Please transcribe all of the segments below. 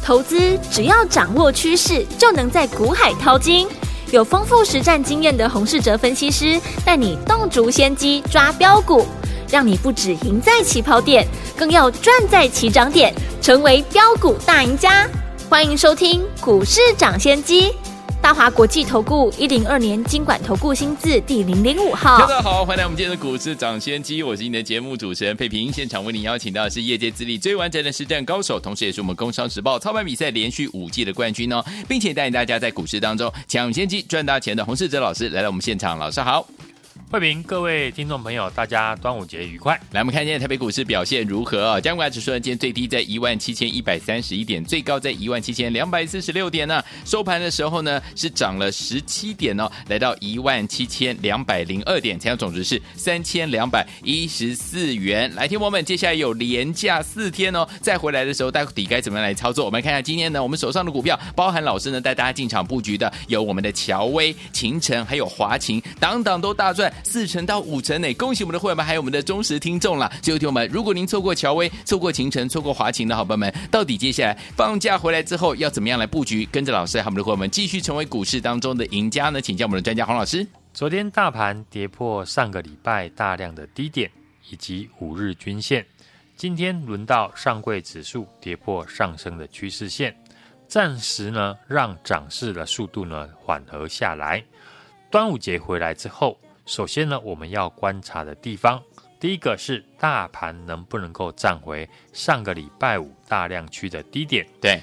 投资只要掌握趋势，就能在股海淘金。有丰富实战经验的洪士哲分析师带你洞烛先机抓标股，让你不只赢在起跑点，更要赚在起涨点，成为标股大赢家。欢迎收听股市涨先机，大华国际投顾102年金管投顾新字第005号。 大家好，欢迎来我们今天的股市涨先机，我是你的节目主持人佩平。现场为您邀请到的是业界资历最完整的实战高手，同时也是我们工商时报操盘比赛连续5季的冠军哦，并且带领大家在股市当中抢先机赚大钱的洪士哲老师来到我们现场。老师好。 慧平，各位听众朋友，大家端午节愉快。 来，我们看今天台北股市表现如何啊？加权指数今天最低在17131点，最高在17246点呢。收盘的时候呢，是涨了17点哦，来到17202点，成交总值是3214元。来，听众朋友们，接下来有连假4天哦，再回来的时候到底该怎么样来操作？我们来看一下今天呢，我们手上的股票，包含老师呢带大家进场布局的，有我们的乔威、勤诚，还有华勤，档档都大赚4成到5成呢！恭喜我们的会员们，还有我们的忠实听众啦！最后听我们，如果您错过乔威、错过勤诚、错过华勤的好朋友们，到底接下来放假回来之后要怎么样来布局？跟着老师和我们的会员们继续成为股市当中的赢家呢？请教我们的专家黄老师。 昨天大盘跌破上个礼拜大量的低点以及5日均线，今天轮到上柜指数跌破上升的趋势线，暂时呢让涨势的速度呢缓和下来。端午节回来之后，首先呢，我们要观察的地方，第一个是大盘能不能够站回上个礼拜五大量区的低点， 对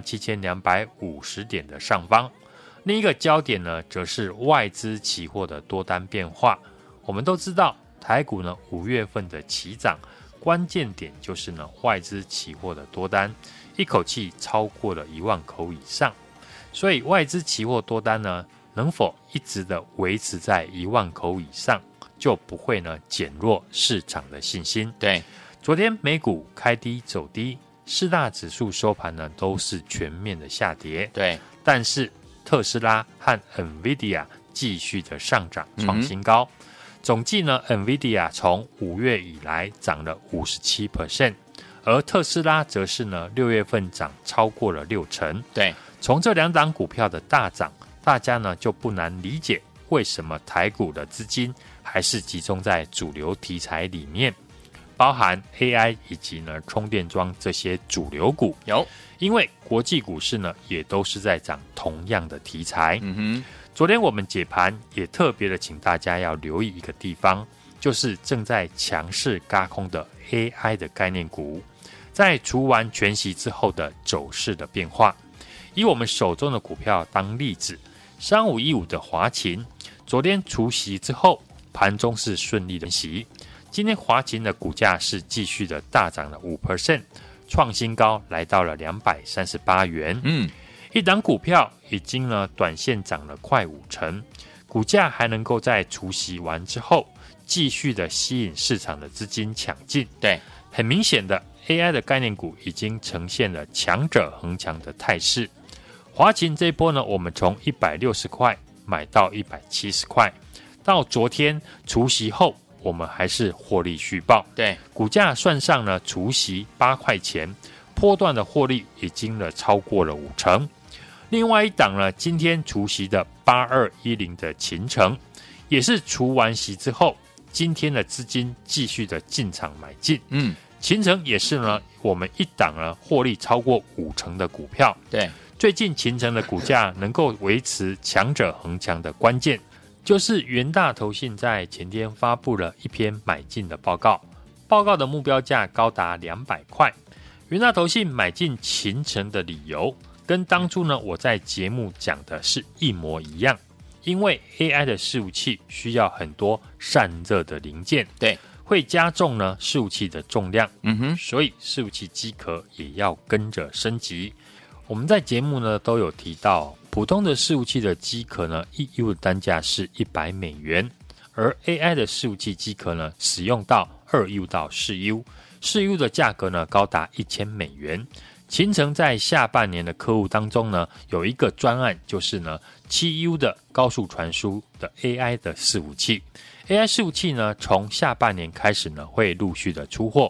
17250点的上方。另一个焦点呢，则是外资期货的多单变化。我们都知道，台股呢5月份的起涨，关键点就是呢外资期货的多单，一口气超过了1万口以上，所以外资期货多单呢，能否一直的维持在1万口以上，就不会呢减弱市场的信心。 对， 昨天美股开低走低，4大指数收盘呢都是全面的下跌。 对， 但是特斯拉和 NVIDIA 继续的上涨创新高。总计呢 NVIDIA 从5月以来涨了 57%， 而特斯拉则是呢6月份涨超过了6成。 对， 从这2档股票的大涨，大家呢就不难理解为什么台股的资金还是集中在主流题材里面，包含 AI 以及呢充电桩这些主流股。 有， 因为国际股市呢也都是在涨同样的题材。昨天我们解盘也特别的请大家要留意一个地方，就是正在强势軋空的 AI 的概念股，在除完权息之后的走势的变化。以我们手中的股票当例子，3515的华勤，昨天除息之后，盘中是顺利的息。今天华勤的股价是继续的大涨了 5%， 创新高来到了238元。一档股票已经呢短线涨了快5成，股价还能够在除息完之后，继续的吸引市场的资金抢进。 对， 很明显的 AI 的概念股已经呈现了强者恒强的态势。华勤这一波呢，我们从160块买到170块，到昨天除息后，我们还是获利续报。 对， 股价算上呢除息8块钱，波段的获利已经了超过了5成。另外一档呢，今天除息的8210的勤诚，也是除完息之后，今天的资金继续的进场买进。勤诚也是呢，我们一档呢获利超过5成的股票。 对， 最近勤诚的股价能够维持强者恒强的关键，就是元大投信在前天发布了一篇买进的报告，报告的目标价高达200块。元大投信买进勤诚的理由，跟当初呢我在节目讲的是一模一样，因为 AI 的伺服器需要很多散热的零件， 对， 会加重呢伺服器的重量，所以伺服器机壳也要跟着升级。我们在节目呢都有提到，普通的伺服器的机壳呢1U 的单价是100美元，而 AI 的伺服器机壳呢使用到2U 到4U，4U 的价格呢高达1000美元。勤诚在下半年的客户当中呢，有一个专案，就是呢7U 的高速传输的 AI 的伺服器。AI 伺服器呢，从下半年开始呢，会陆续的出货。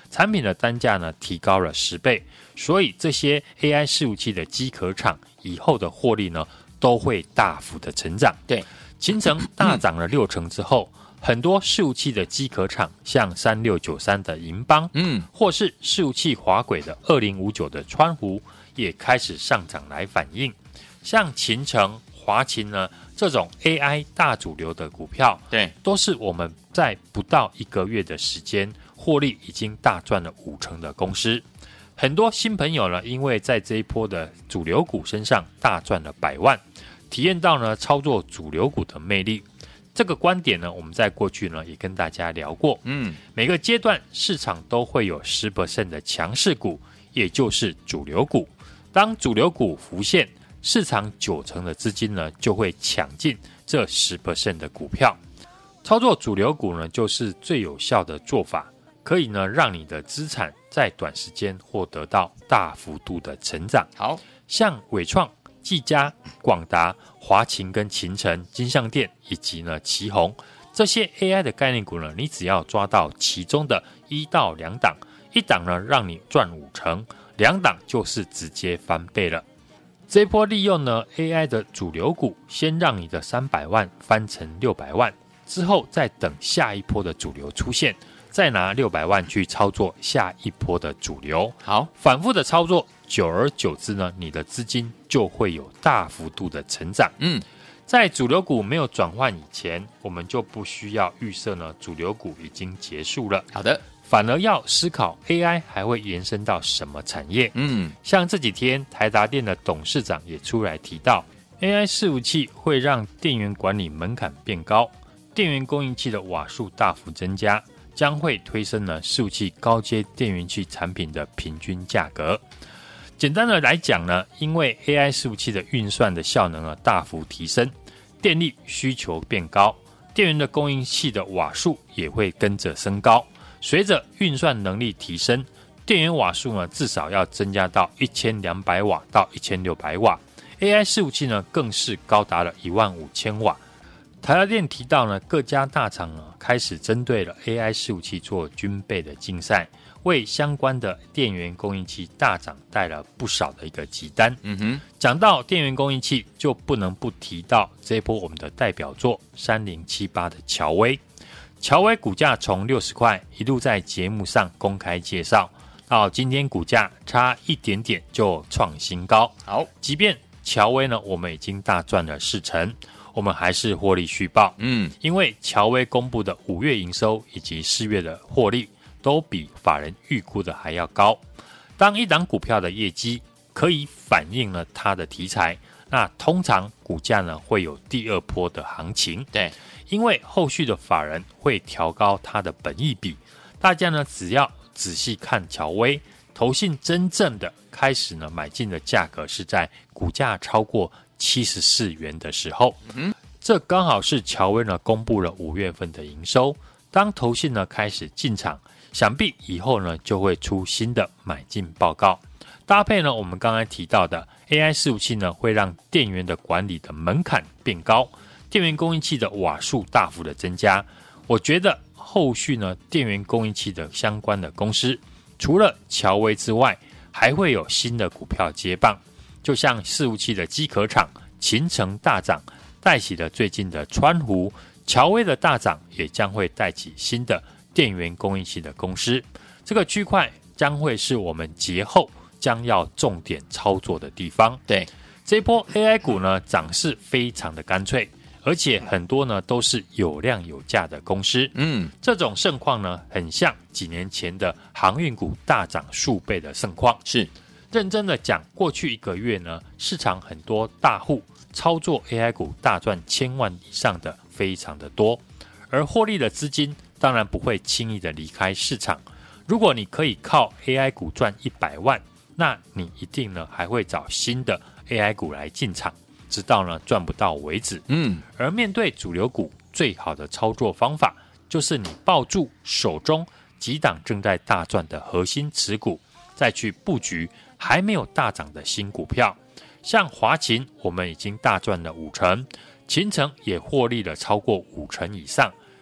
产品的单价呢提高了10倍，所以这些 AI 伺服器的机壳厂以后的获利呢都会大幅的成长。 对， 勤诚大涨了60%之后，很多伺服器的机壳厂，像3693的银邦，或是伺服器滑轨的2059的川湖，也开始上涨来反映。像勤诚、华勤呢这种 AI 大主流的股票， 对， 都是我们在不到1个月的时间，获利已经大赚了50%的公司。很多新朋友呢，因为在这一波的主流股身上大赚了100万，体验到呢操作主流股的魅力。这个观点呢，我们在过去呢也跟大家聊过。每个阶段市场都会有10% 的强势股，也就是主流股。当主流股浮现，市场90%的资金呢就会抢进这10% 的股票。操作主流股呢，就是最有效的做法，可以呢让你的资产在短时间获得到大幅度的成长。 好， 像伟创、技嘉、广达、华勤跟勤诚、金像电以及呢奇鋐这些 AI 的概念股呢，你只要抓到其中的1到2档，一档呢让你赚50%，2档就是直接翻倍了。这一波利用呢 AI 的主流股，先让你的300万翻成600万，之后再等下一波的主流出现，再拿600万去操作下一波的主流。 好， 反复的操作，久而久之呢，你的资金就会有大幅度的成长。在主流股没有转换以前，我们就不需要预设呢主流股已经结束了。 好的， 反而要思考 AI 还会延伸到什么产业。像这几天台达电的董事长也出来提到， AI 伺服器会让电源管理门槛变高，电源供应器的瓦数大幅增加，将会推升呢伺服器高阶电源器产品的平均价格。简单的来讲呢，因为 AI 伺服器的运算的效能大幅提升，电力需求变高，电源的供应器的瓦数也会跟着升高。随着运算能力提升，电源瓦数呢至少要增加到1200瓦到1600瓦。AI 伺服器呢更是高达了15000瓦。台达电提到呢，各家大厂呢开始针对了 AI 伺服器做军备的竞赛，为相关的电源供应器大涨带了不少的一个急单。讲到电源供应器，就不能不提到这一波我们的代表作3078的乔威。乔威股价从60块一路在节目上公开介绍，到今天股价差一点点就创新高。好，即便乔威呢，我们已经大赚了40%，我们还是获利续报。因为乔威公布的5月营收以及4月的获利都比法人预估的还要高。当一档股票的业绩可以反映了它的题材，那通常股价呢会有第二波的行情。对，因为后续的法人会调高它的本益比，大家呢只要仔细看乔威，投信真正的开始呢买进的价格是在股价超过74元的时候。这刚好是乔威呢公布了5月份的营收，当投信呢开始进场，想必以后呢就会出新的买进报告。搭配呢我们刚才提到的 AI 伺服器呢，会让电源的管理的门槛变高，电源供应器的瓦数大幅的增加。我觉得后续呢电源供应器的相关的公司，除了乔威之外，还会有新的股票接棒，就像伺服器的机壳厂勤诚大涨，带起了最近的川湖，乔威的大涨也将会带起新的电源供应器的公司。这个区块将会是我们节后将要重点操作的地方。对，这一波 AI 股呢涨势非常的干脆，而且很多呢都是有量有价的公司。这种盛况呢很像几年前的航运股大涨数倍的盛况。是，认真的讲，过去1个月呢，市场很多大户操作 AI 股大赚1000万以上的非常的多，而获利的资金当然不会轻易的离开市场。如果你可以靠 AI 股赚100万，那你一定呢还会找新的 AI 股来进场，直到呢赚不到为止。而面对主流股，最好的操作方法就是你抱住手中几档正在大赚的核心持股，再去布局还没有大涨的新股票。像华勤，我们已经大赚了50%，勤诚也获利了超过50%以上，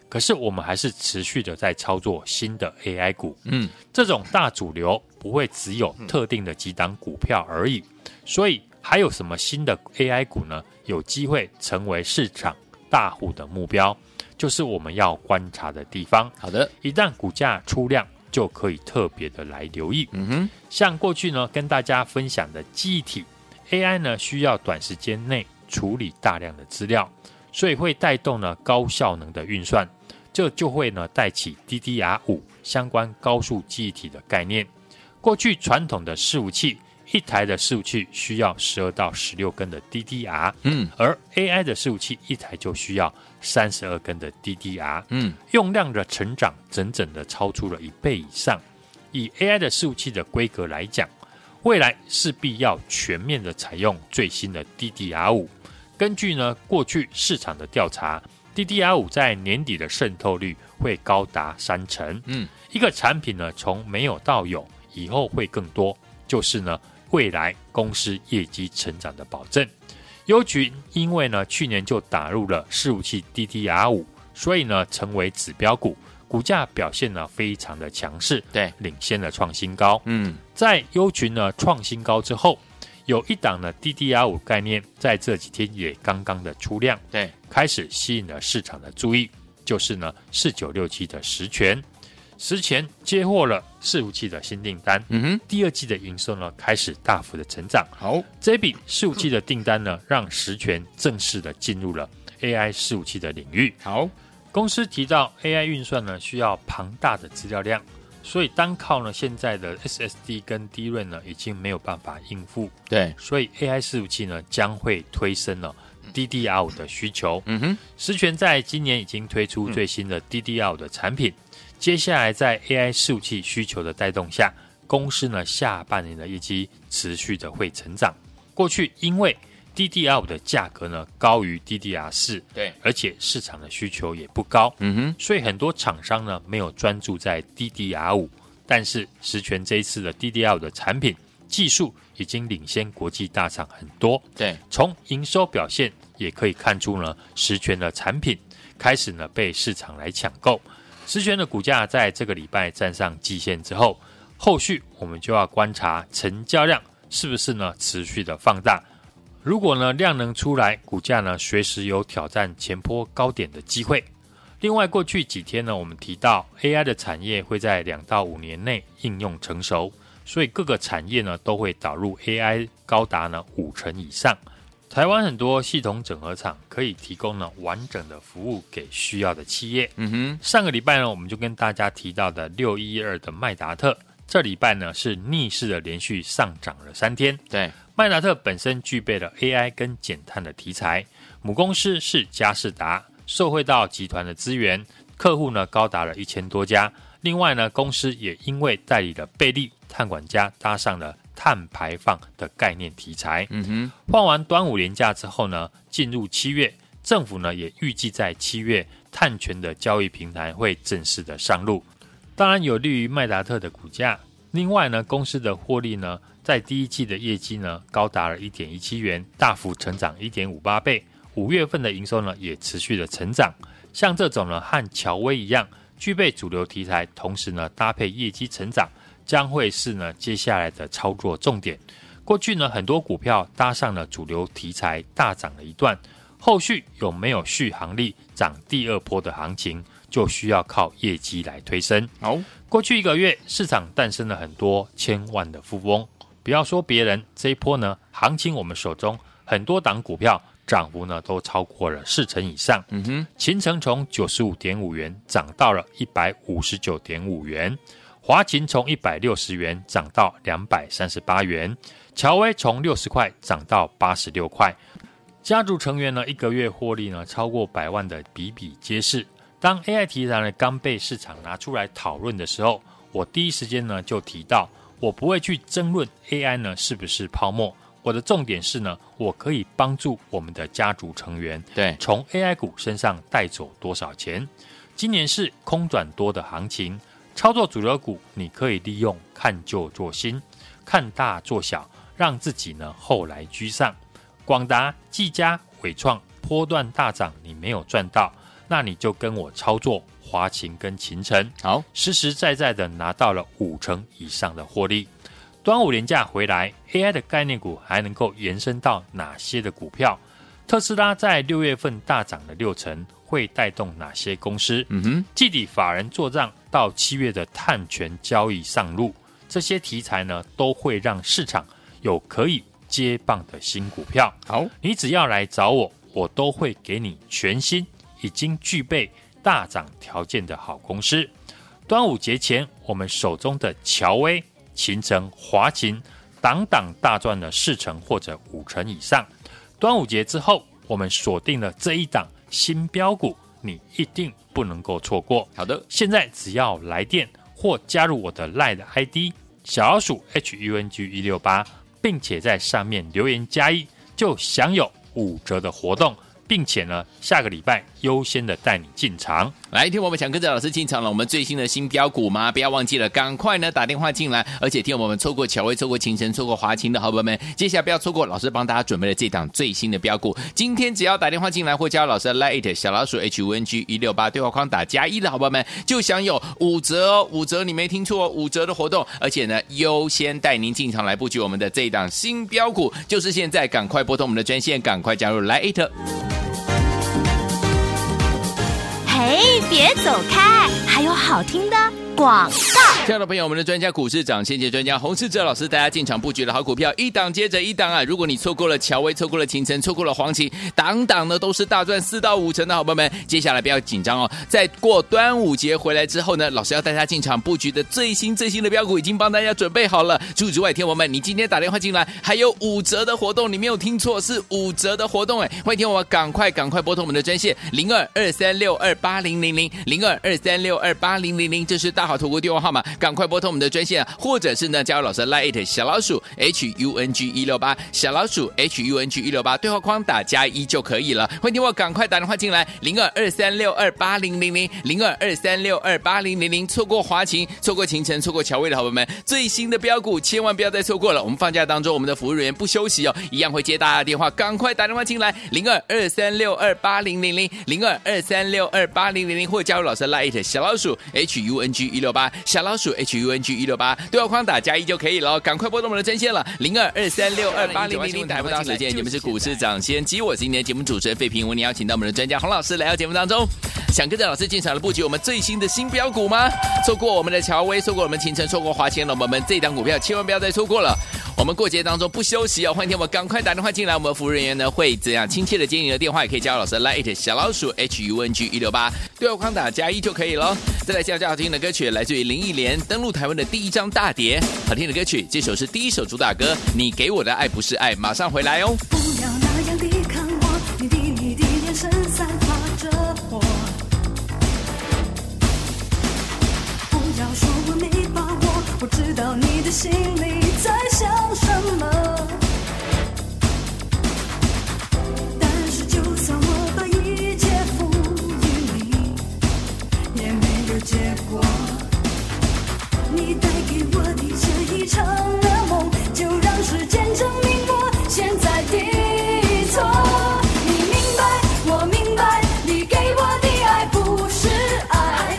可是我们还是持续的在操作新的 AI 股。这种大主流不会只有特定的几档股票而已，所以还有什么新的 AI 股呢？有机会成为市场大户的目标，就是我们要观察的地方。 好的， 一旦股价出量，就可以特别的来留意。像过去呢跟大家分享的记忆体 AI 呢，需要短时间内处理大量的资料，所以会带动呢高效能的运算，这就会呢带起 DDR5 相关高速记忆体的概念。过去传统的伺服器，一台的伺服器需要12到16根的 DDR，而 AI 的伺服器一台就需要32根的 DDR，用量的成长整整的超出了1倍以上。以 AI 的伺服器的规格来讲，未来势必要全面的采用最新的 DDR5。根据呢过去市场的调查， DDR5 在年底的渗透率会高达30%。一个产品呢从没有到有，以后会更多，就是呢未来公司业绩成长的保证。优群因为呢去年就打入了伺服器 DDR5， 所以呢成为指标股，股价表现呢非常的强势， 对， 领先了创新高。在优群呢创新高之后，有一档呢 DDR5 概念在这几天也刚刚的出量， 对， 开始吸引了市场的注意，就是呢4967的实权。实权接获了伺服器的新订单，第二季的营收呢开始大幅的成长。 好， 这笔伺服器的订单呢，让实权正式的进入了 AI 伺服器的领域。 好， 公司提到 AI 运算呢需要庞大的资料量，所以单靠呢现在的 SSD 跟 DRAM 呢已经没有办法应付。 对， 所以 AI 伺服器呢将会推升了DDR5 的需求。实权在今年已经推出最新的 DDR5 的产品。接下来在 AI 伺服器需求的带动下，公司呢下半年的业绩持续的会成长。过去因为 DDR5 的价格呢高于 DDR4， 对， 而且市场的需求也不高，所以很多厂商呢没有专注在 DDR5， 但是实权这一次的 DDR5 的产品技术已经领先国际大厂很多， 对， 从营收表现也可以看出呢，实权的产品开始呢被市场来抢购。实权的股价在这个礼拜站上季线之后，后续我们就要观察成交量是不是呢持续的放大。如果呢量能出来，股价呢随时有挑战前波高点的机会。另外过去几天呢，我们提到 AI 的产业会在2到5年内应用成熟，所以各个产业呢都会导入 AI 高达呢50%以上。台湾很多系统整合厂可以提供呢完整的服务给需要的企业。上个礼拜呢我们就跟大家提到的6112的麦达特，这礼拜呢是逆势的连续上涨了3天。 对， 麦达特本身具备了 AI 跟减碳的题材，母公司是佳士达，受惠到集团的资源，客户呢高达了1000多家。另外呢，公司也因为代理了贝利碳管家，搭上了碳排放的概念题材。放完端午连假之后呢，进入7月，政府呢也预计在7月碳权的交易平台会正式的上路，当然有利于麦达特的股价。另外呢，公司的获利呢，在第一季的业绩呢高达了 1.17 元，大幅成长 1.58 倍。5月份的营收呢也持续的成长。像这种呢和乔威一样，具备主流题材，同时呢搭配业绩成长，将会是呢接下来的操作重点。过去呢很多股票搭上了主流题材大涨了一段，后续有没有续航力涨第二波的行情，就需要靠业绩来推升。 好， 过去1个月市场诞生了很多千万的富翁，不要说别人，这一波呢行情我们手中很多档股票涨幅呢都超过了40%以上。勤诚从 95.5 元涨到了 159.5 元，华勤从160元涨到238元，乔威从60块涨到86块。家族成员呢1个月获利呢超过100万的比比皆是。当 AI 题材呢刚被市场拿出来讨论的时候，我第一时间呢就提到，我不会去争论 AI 呢是不是泡沫，我的重点是呢，我可以帮助我们的家族成员， 对， 从 AI 股身上带走多少钱。今年是空转多的行情，操作主流股，你可以利用看旧做新，看大做小，让自己呢后来居上。广达、技嘉、伟创波段大涨，你没有赚到， 那你就跟我操作华勤跟勤诚， 好， 实实在在的拿到了50%以上的获利。端午连假回来 ，AI 的概念股还能够延伸到哪些的股票？特斯拉在6月份大涨了60%，会带动哪些公司？季底法人做账到7月的碳权交易上路，这些题材呢，都会让市场有可以接棒的新股票。 好， 你只要来找我，我都会给你全新已经具备大涨条件的好公司。端午节前，我们手中的乔威、勤诚、华勤，档档大赚了40%或者50%以上。端午节之后，我们锁定了这一档新标股，你一定不能够错过。 好的， 现在只要来电或加入我的 LINE 的 ID 小老鼠 HUNG168，并且在上面留言加1，就享有5折的活动，并且呢，下个礼拜优先的带你进场。 来，听我们想跟着老师进场了我们最新的新标股吗？不要忘记了，赶快呢打电话进来，而且听我们错过乔威、错过勤诚、错过华勤的好朋友们，接下来不要错过老师帮大家准备了这档最新的标股。今天只要打电话进来或加入老师的 LINE 小老鼠 HUNG168 对话框打+1的好朋友们，就享有5折哦，5折你没听错，5折的活动，而且呢优先带您进场来布局我们的这一档新标股，就是现在，赶快拨通我们的专线，赶快加入 LINE。 嘿，别走开，还有好听的广告。 亲爱的朋友，我们的专家股市涨先见专家洪士哲老师带大家进场布局的好股票，一档接着一档啊！如果你错过了乔威，错过了勤诚，错过了黄旗，档档呢都是大赚4到5成的好朋友们，接下来不要紧张哦，在过端午节回来之后呢，老师要带大家进场布局的最新的标股已经帮大家准备好了。除此之外，听我们，你今天打电话进来还有5折的活动，你没有听错，是5折的活动哎！欢迎听我们赶快拨通我们的专线0223628000，0223628000，这是大好投顾电话号码，赶快拨通我们的专线，或者是呢加入老师的 LINE 小老鼠 HUNG168 小老鼠 HUNG168 对话框打+1就可以了。欢迎听我赶快打电话进来0223628000，0223628000，错过华勤、错过勤诚、错过乔威的好朋友们，最新的标股千万不要再错过了。我们放假当中，我们的服务人员不休息哦，一样会接大家的电话，赶快打电话进来0223628000，0223628000，或加入老师的 LINE 小老鼠 HUNG168小老鼠 HUNG168 对话框打+1就可以了，赶快拨通我们的专线了0223628000。台不到时间，节目是股市涨先机，我是今天节目主持人费平，为您邀请到我们的专家洪老师来到节目当中。想跟着老师进场的布局我们最新的新标股吗？错过我们的乔威，错过我们勤诚，错过华勤了，我们这档股票千万不要再错过了。我们过节当中不休息哦，欢迎听我们赶快打电话进来，我们服务人员呢会这样亲切的接你的电话，也可以加入老师的 LINE 小老鼠 HUNG168对话框打+1就可以了。再来下好听的歌曲，来自于林忆莲登陆台湾的第一张大碟，好听的歌曲，这首是第一首主打歌，你给我的爱不是爱，马上回来哦。 不要那样地看我，你的眼神散发着火，不要说我没把握，我知道你的心里在想什么，但是就算我把一切付予你，也没有结果，你带给我的这一场噩梦，就让时间证明我现在的错。你明白，我明白，你给我的爱不是爱。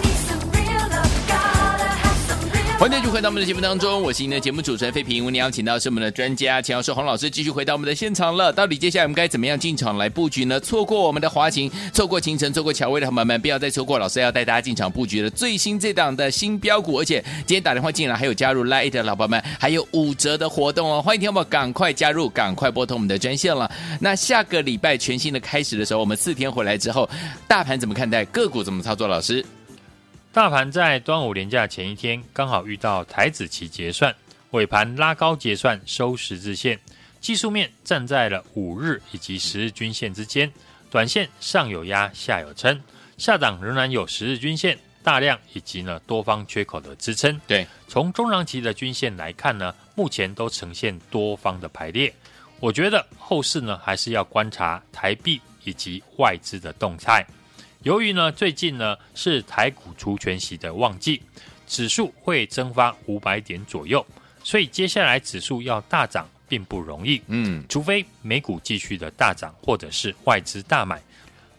欢迎继续回到我们的节目当中，我是您的节目主持人费平，为您邀请到是我们的专家钱老师洪老师，继续回到我们的现场了。到底接下来我们该怎么样进场来布局呢？错过我们的华勤，错过勤诚，错过乔威的朋友们，不要再错过老师要带大家进场布局的最新这档的新标股，而且今天打电话进来还有加入 LINE 的老朋友们，还有5折的活动哦！欢迎听众朋友赶快加入，赶快拨通我们的专线了。那下个礼拜全新的开始的时候，我们4天回来之后，大盘怎么看待？个股怎么操作？老师？ 大盘在端午连假前一天刚好遇到台指期结算，尾盘拉高结算收十字线，技术面站在了5日以及10日均线之间，短线上有压下有撑，下档仍然有10日均线大量以及呢多方缺口的支撑。 对， 从中长期的均线来看呢，目前都呈现多方的排列。我觉得后市呢还是要观察台币以及外资的动态。由于呢最近呢是台股除权息的旺季，指数会蒸发500点左右，所以接下来指数要大涨并不容易。除非美股继续的大涨，或者是外资大买。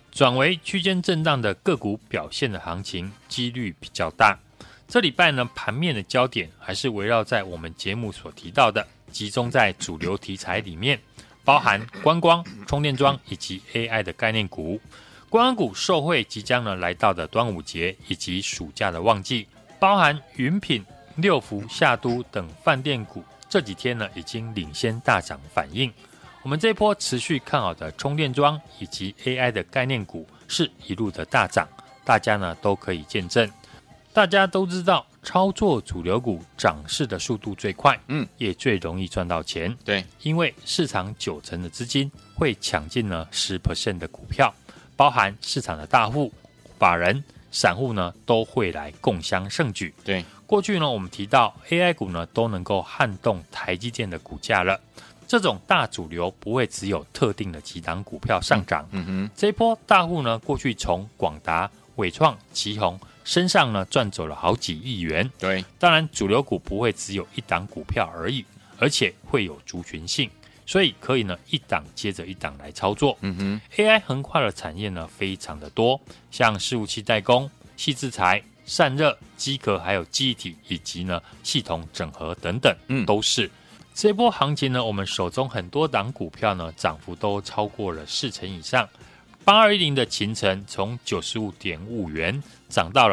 转为区间震荡的个股表现的行情几率比较大。这礼拜呢，盘面的焦点还是围绕在我们节目所提到的，集中在主流题材里面，包含观光、充电桩以及 AI 的概念股。观光股受惠即将呢来到的端午节以及暑假的旺季，包含云品、六福、夏都等饭店股，这几天呢已经领先大涨反应。我们这波持续看好的充电桩以及 AI 的概念股是一路的大涨，大家呢都可以见证。大家都知道，操作主流股涨势的速度最快，也最容易赚到钱。 对， 因为市场90%的资金会抢进呢10% 的股票，包含市场的大户、法人、散户呢都会来共襄盛举。 对， 过去呢我们提到 AI 股呢都能够撼动台积电的股价了。这种大主流不会只有特定的几档股票上涨。这一波大户呢，过去从广达、伟创、奇鋐身上呢赚走了好几亿元。 对， 当然主流股不会只有一档股票而已，而且会有族群性，所以可以呢一档接着一档来操作。AI 横跨的产业呢非常的多，像伺服器代工、矽智财、散热、机壳，还有记忆体以及呢系统整合等等，都是。这波行情呢，我们手中很多档股票呢，涨幅都超过了40%以上。8210的勤诚从95.5元涨到了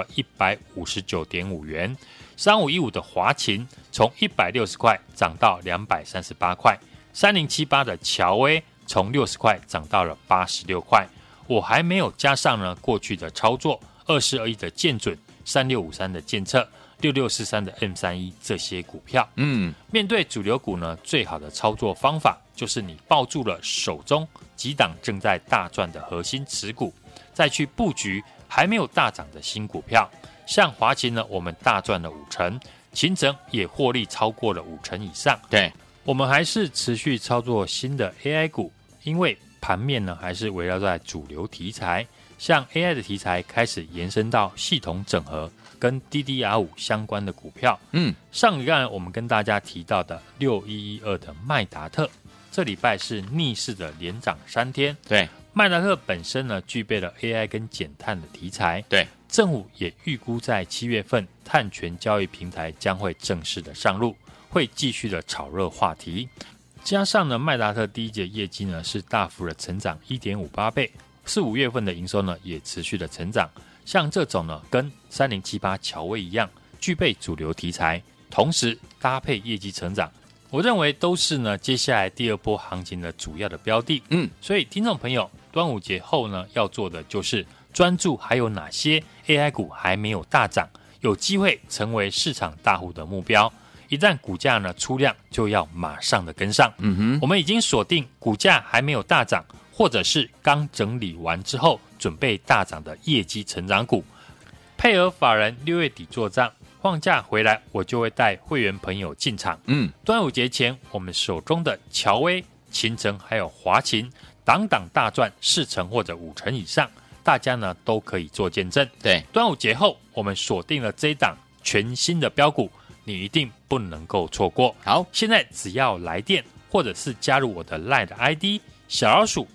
159.5元，3515的华勤从160块涨到238块，3078的乔威从60块涨到了86块。我还没有加上呢过去的操作，2421的建准、3653的建策、6643的 M31 这些股票。面对主流股呢，最好的操作方法就是你抱住了手中几档正在大赚的核心持股，再去布局还没有大涨的新股票。像华勤呢，我们大赚了50%，勤诚也获利超过了50%以上。 对， 我们还是持续操作新的 AI 股，因为盘面呢还是围绕在主流题材，像 AI 的题材开始延伸到系统整合跟 DDR5 相关的股票。上礼拜我们跟大家提到的6112的麦达特，这礼拜是逆势的连涨3天。 对， 麦达特本身呢具备了 AI 跟减碳的题材。 对， 政府也预估在7月份碳权交易平台将会正式的上路，会继续的炒热话题。加上呢，麦达特第一节业绩呢是大幅的成长 1.58 倍，4、5月份的营收呢也持续的成长。像这种呢，跟3078乔威一样，具备主流题材，同时搭配业绩成长，我认为都是呢接下来第二波行情的主要的标的。所以听众朋友，端午节后呢要做的就是专注还有哪些 AI 股还没有大涨，有机会成为市场大户的目标。一旦股价呢出量，就要马上的跟上。我们已经锁定股价还没有大涨，或者是刚整理完之后准备大涨的业绩成长股，配合法人6月底做账，放假回来我就会带会员朋友进场。端午节前我们手中的乔威、勤诚还有华勤，档档大赚40%或者50%以上，大家呢都可以做见证。 对， 端午节后我们锁定了这一档全新的标股，你一定不能够错过。好，现在只要来电或者是加入我的 LINE 的 ID 小老鼠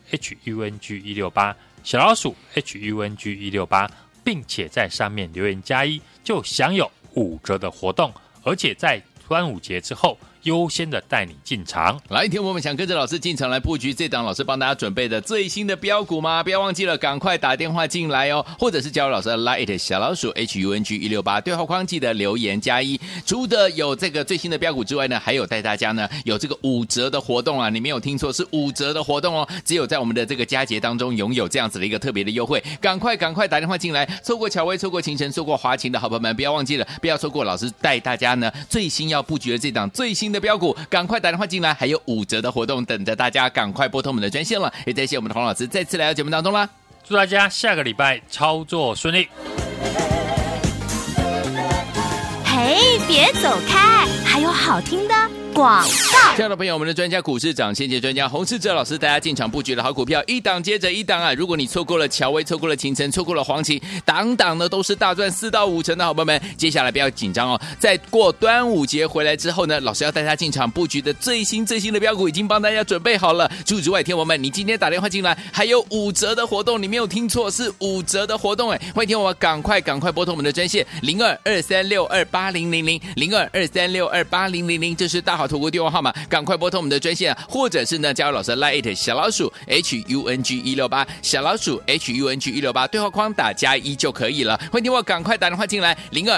HUNG168， 小老鼠 HUNG168， 并且在上面留言加1，就享有5折的活动，而且在端午节之后优先的带你进场。 来，听我们想跟着老师进场来布局这档老师帮大家准备的最新的标股吗？不要忘记了，赶快打电话进来哦，或者是加入老师的 LINE 小老鼠 HUNG168， 对话框记得留言加1。除了有这个最新的标股之外呢，还有带大家呢有这个5折的活动啊，你没有听错，是5折的活动哦，只有在我们的这个佳节当中拥有这样子的一个特别的优惠，赶快打电话进来，错过乔威、错过勤诚、错过华勤的好朋友们，不要忘记了，不要错过老师带大家呢最新要布局的这档最新的标股，赶快打电话进来，还有5折的活动等着大家，赶快拨通我们的专线了。也再谢我们的黄老师再次来到节目当中啦， 祝大家下个礼拜操作顺利。 嘿，别走开，还有好听的广广告。 亲爱的朋友，我们的专家股市涨先见专家洪士哲老师，大家进场布局的好股票，一档接着一档啊！如果你错过了乔威，错过了勤诚，错过了黄旗，档档呢都是大赚4到5成的好朋友们。接下来不要紧张哦，在过端午节回来之后呢，老师要带大家进场布局的最新的标股已经帮大家准备好了。除此之外，天王们，你今天打电话进来还有5折的活动，你没有听错，是5折的活动哎！欢迎天王赶快拨通我们的专线0223628000，0223628000，这是大好投顾电话号码，赶快拨通我们的专线，或者是呢加入老师的 LINE@ 小老鼠 HUNG168 小老鼠 HUNG168 对话框打+1就可以了。欢迎天王赶快打电话进来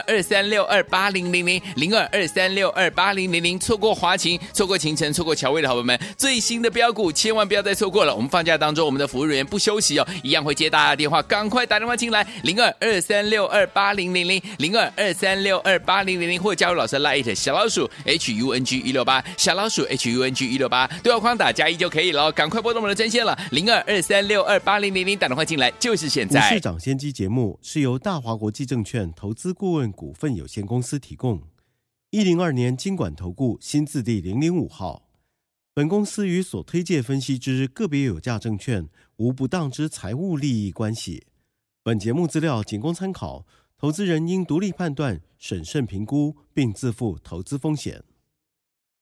0223628000，0223628000，错过华勤，错过勤诚，错过乔威的好朋友们，最新的标股千万不要再错过了。我们放假当中，我们的服务人员不休息哦，一样会接大家的电话，赶快打电话进来0223628000，0223628000，或者加入老师的 LINE@ 小老鼠 HUNG168 小老鼠 HUNG168 对话框打+1就可以了，赶快拨动我们的专线了0223628000，打电话进来就是现在。 股市涨先机节目是由大华国际证券投资顾问股份有限公司提供，102年金管投顾新字第005号。本公司与所推介分析之个别有价证券无不当之财务利益关系。本节目资料仅供参考，投资人应独立判断、审慎评估，并自负投资风险。